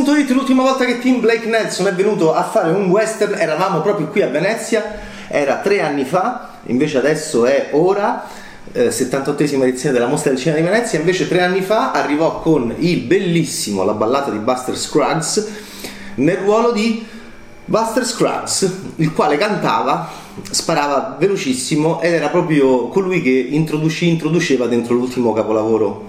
Venezia.it, l'ultima volta che Tim Blake Nelson è venuto a fare un western eravamo proprio qui a Venezia, era 3 anni fa, invece adesso è ora, 78esima edizione della Mostra del Cinema di Venezia. Invece 3 anni fa arrivò con il bellissimo La ballata di Buster Scruggs nel ruolo di Buster Scruggs, il quale cantava, sparava velocissimo ed era proprio colui che introduceva dentro l'ultimo capolavoro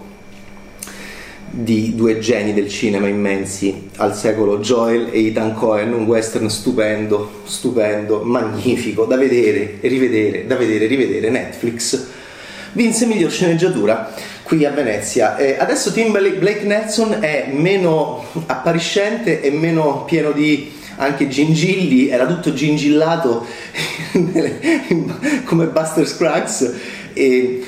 di due geni del cinema immensi al secolo, Joel e Ethan Coen, un western stupendo, magnifico, da vedere e rivedere, Netflix. Vinse miglior sceneggiatura qui a Venezia. Adesso Tim Blake Nelson è meno appariscente e meno pieno di anche gingilli, era tutto gingillato come Buster Scruggs e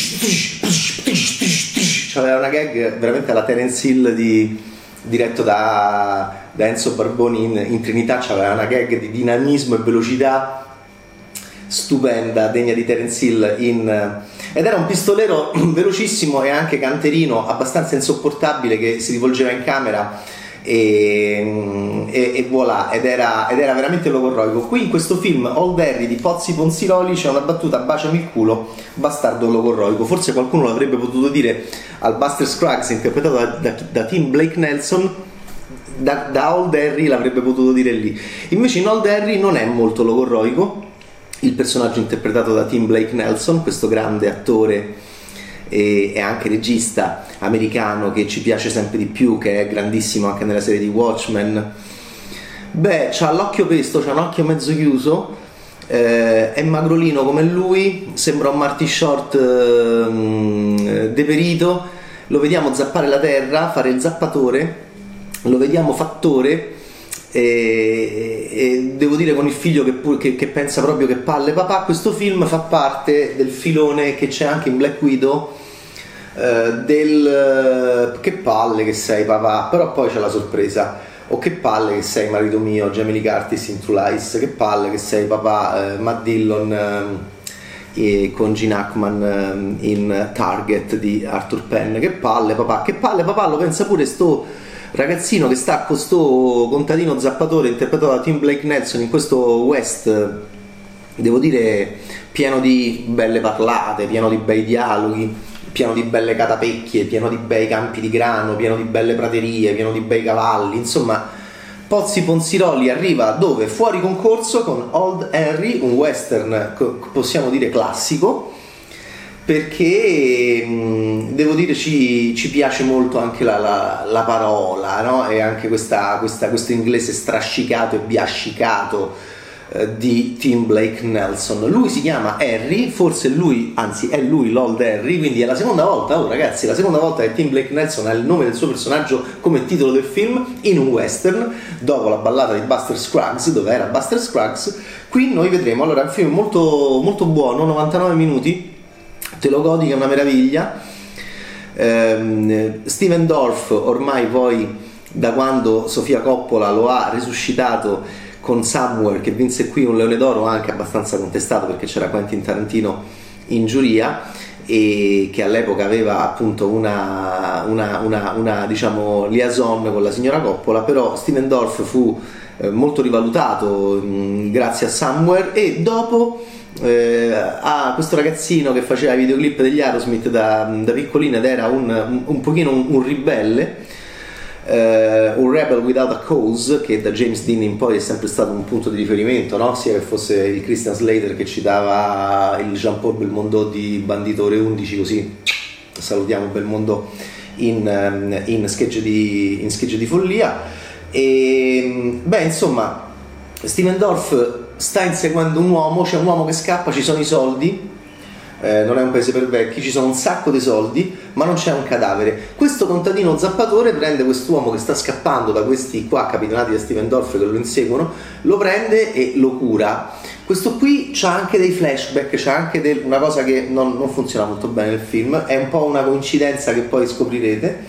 c'aveva una gag veramente alla Terence Hill diretto da Enzo Barboni in Trinità, c'aveva una gag di dinamismo e velocità stupenda, degna di Terence Hill ed era un pistolero velocissimo e anche canterino, abbastanza insopportabile, che si rivolgeva in camera e voilà, ed era veramente logorroico. Qui in questo film Old Harry di Pozzi Ponziroli c'è una battuta: baciami il culo, bastardo logorroico. Forse qualcuno l'avrebbe potuto dire al Buster Scruggs interpretato da Tim Blake Nelson, da Old Harry l'avrebbe potuto dire lì. Invece in Old Harry non è molto logorroico il personaggio interpretato da Tim Blake Nelson, questo grande attore e anche regista americano che ci piace sempre di più, che è grandissimo anche nella serie di Watchmen. Beh, c'ha l'occhio pesto, c'ha un occhio mezzo chiuso, è magrolino come lui, sembra un Marty Short deperito, lo vediamo zappare la terra, fare il zappatore, lo vediamo fattore, e devo dire con il figlio che pensa proprio che palle papà. Questo film fa parte del filone che c'è anche in Black Widow, del che palle che sei papà, però poi c'è la sorpresa, o che palle che sei marito mio, Jamie Lee Curtis in True Lies, che palle che sei papà, Matt Dillon con Gene Hackman in Target di Arthur Penn, che palle papà, lo pensa pure sto ragazzino che sta con sto contadino zappatore interpretato da Tim Blake Nelson in questo West, devo dire, pieno di belle parlate, pieno di bei dialoghi, pieno di belle catapecchie, pieno di bei campi di grano, pieno di belle praterie, pieno di bei cavalli. Insomma, Pozzi Ponziroli arriva dove? Fuori concorso con Old Harry, un western possiamo dire classico, perché devo dire ci piace molto anche la parola, no? E anche questo inglese strascicato e biascicato di Tim Blake Nelson. Lui si chiama Harry, forse è lui l'Old Harry, quindi è la seconda volta, ragazzi, la seconda volta che Tim Blake Nelson ha il nome del suo personaggio come titolo del film in un western, dopo La ballata di Buster Scruggs, dove era Buster Scruggs. Qui noi vedremo, allora, è un film molto, molto buono, 99 minuti, te lo godi, che è una meraviglia. Steven Dorff, ormai poi da quando Sofia Coppola lo ha resuscitato con Somewhere, che vinse qui un Leone d'Oro anche abbastanza contestato perché c'era Quentin Tarantino in giuria, e che all'epoca aveva appunto una diciamo liaison con la signora Coppola, però Steven Dorff fu molto rivalutato grazie a Somewhere, e dopo a questo ragazzino che faceva i videoclip degli Aerosmith da piccolino ed era un pochino un ribelle, un rebel without a cause, che da James Dean in poi è sempre stato un punto di riferimento, no? Sia che fosse il Christian Slater che citava il Jean-Paul Belmondo di Bandito Ore 11, così salutiamo Belmondo in sketch di follia. E beh, insomma, Steven Dorff sta inseguendo un uomo, c'è un uomo che scappa, ci sono i soldi, non è un paese per vecchi, ci sono un sacco di soldi, ma non c'è un cadavere. Questo contadino zappatore prende quest'uomo che sta scappando da questi qua capitanati da Steven Dorff che lo inseguono, lo prende e lo cura. Questo qui c'ha anche dei flashback, c'ha anche una cosa che non funziona molto bene nel film, è un po' una coincidenza che poi scoprirete.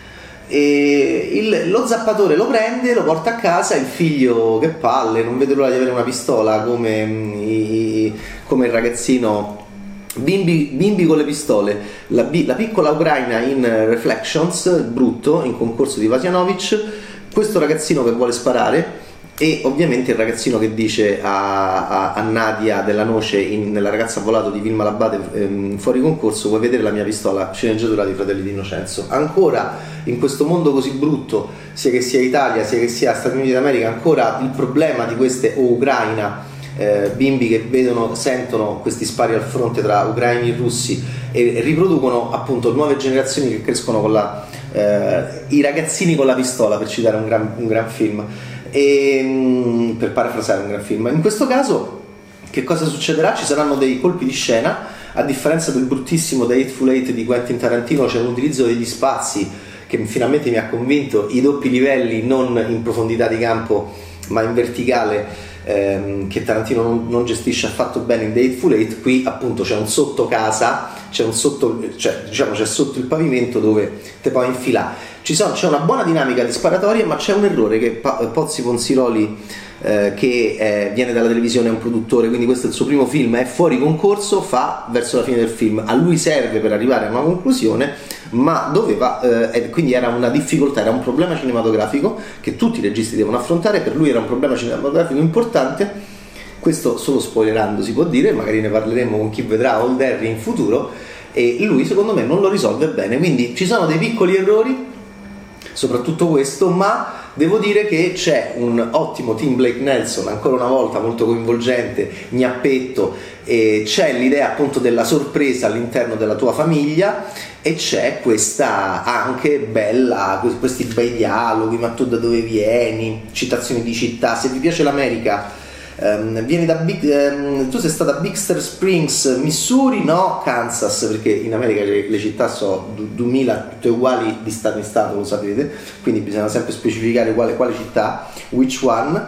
E lo zappatore lo prende, lo porta a casa, il figlio, che palle, non vede l'ora di avere una pistola come il ragazzino. Bimbi con le pistole, la piccola ucraina in Reflections, brutto, in concorso di Vasjanovic, questo ragazzino che vuole sparare e ovviamente il ragazzino che dice a Nadia Della Noce nella ragazza a volato di Vilma Labate fuori concorso: vuoi vedere la mia pistola? Sceneggiatura di Fratelli d'Innocenzo. Ancora in questo mondo così brutto, sia che sia Italia sia che sia Stati Uniti d'America, ancora il problema di queste, o Ucraina, bimbi che vedono, sentono questi spari al fronte tra ucraini e russi e riproducono appunto nuove generazioni che crescono con i ragazzini con la pistola, per citare un gran film, e per parafrasare un gran film. In questo caso che cosa succederà? Ci saranno dei colpi di scena, a differenza del bruttissimo The Hateful Eight di Quentin Tarantino c'è un utilizzo degli spazi che finalmente mi ha convinto, i doppi livelli non in profondità di campo ma in verticale, che Tarantino non gestisce affatto bene in The Hateful Eight. Qui appunto c'è un sotto casa, c'è sotto il pavimento dove te puoi infilare. C'è una buona dinamica di sparatoria, ma c'è un errore che Pozzi Ponsiroli, che viene dalla televisione, è un produttore, quindi questo è il suo primo film, è fuori concorso, fa verso la fine del film, a lui serve per arrivare a una conclusione, ma doveva, quindi era una difficoltà, era un problema cinematografico che tutti i registi devono affrontare, per lui era un problema cinematografico importante. Questo solo spoilerando si può dire, magari ne parleremo con chi vedrà Old Harry in futuro, e lui secondo me non lo risolve bene, quindi ci sono dei piccoli errori, soprattutto questo, ma devo dire che c'è un ottimo Tim Blake Nelson, ancora una volta molto coinvolgente, gnappetto, e c'è l'idea appunto della sorpresa all'interno della tua famiglia, e c'è questa anche bella, questi bei dialoghi, ma tu da dove vieni, citazioni di città. Se vi piace l'America, vieni da tu sei stata a Bixter Springs, Missouri? No, Kansas, perché in America le città sono 2000 tutte uguali di stato in stato, lo sapete, quindi bisogna sempre specificare quale città, which one.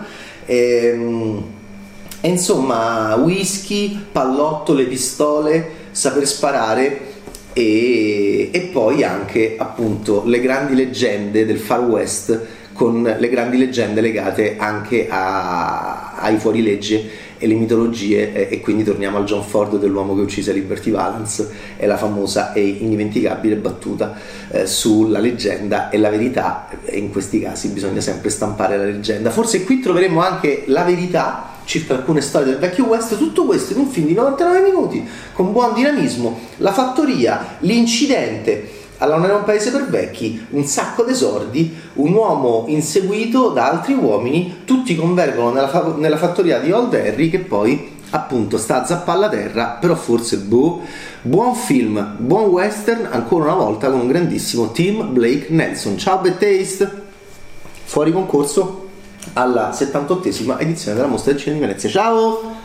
E insomma, whisky, pallottole, pistole, saper sparare, e poi anche appunto le grandi leggende del Far West, con le grandi leggende legate anche ai fuorilegge e le mitologie, e quindi torniamo al John Ford dell'uomo che uccise Liberty Valance e la famosa e indimenticabile battuta sulla leggenda e la verità, e in questi casi bisogna sempre stampare la leggenda. Forse qui troveremo anche la verità circa alcune storie del vecchio West, tutto questo in un film di 99 minuti con buon dinamismo, la fattoria, l'incidente, allora non era un paese per vecchi, un sacco d'esordi, un uomo inseguito da altri uomini, tutti convergono nella fattoria di Old Harry, che poi appunto sta a zappare la terra, però forse buon film, buon western, ancora una volta con un grandissimo Tim Blake Nelson. Ciao Bad Taste, fuori concorso alla 78esima edizione della Mostra del Cinema di Venezia. Ciao!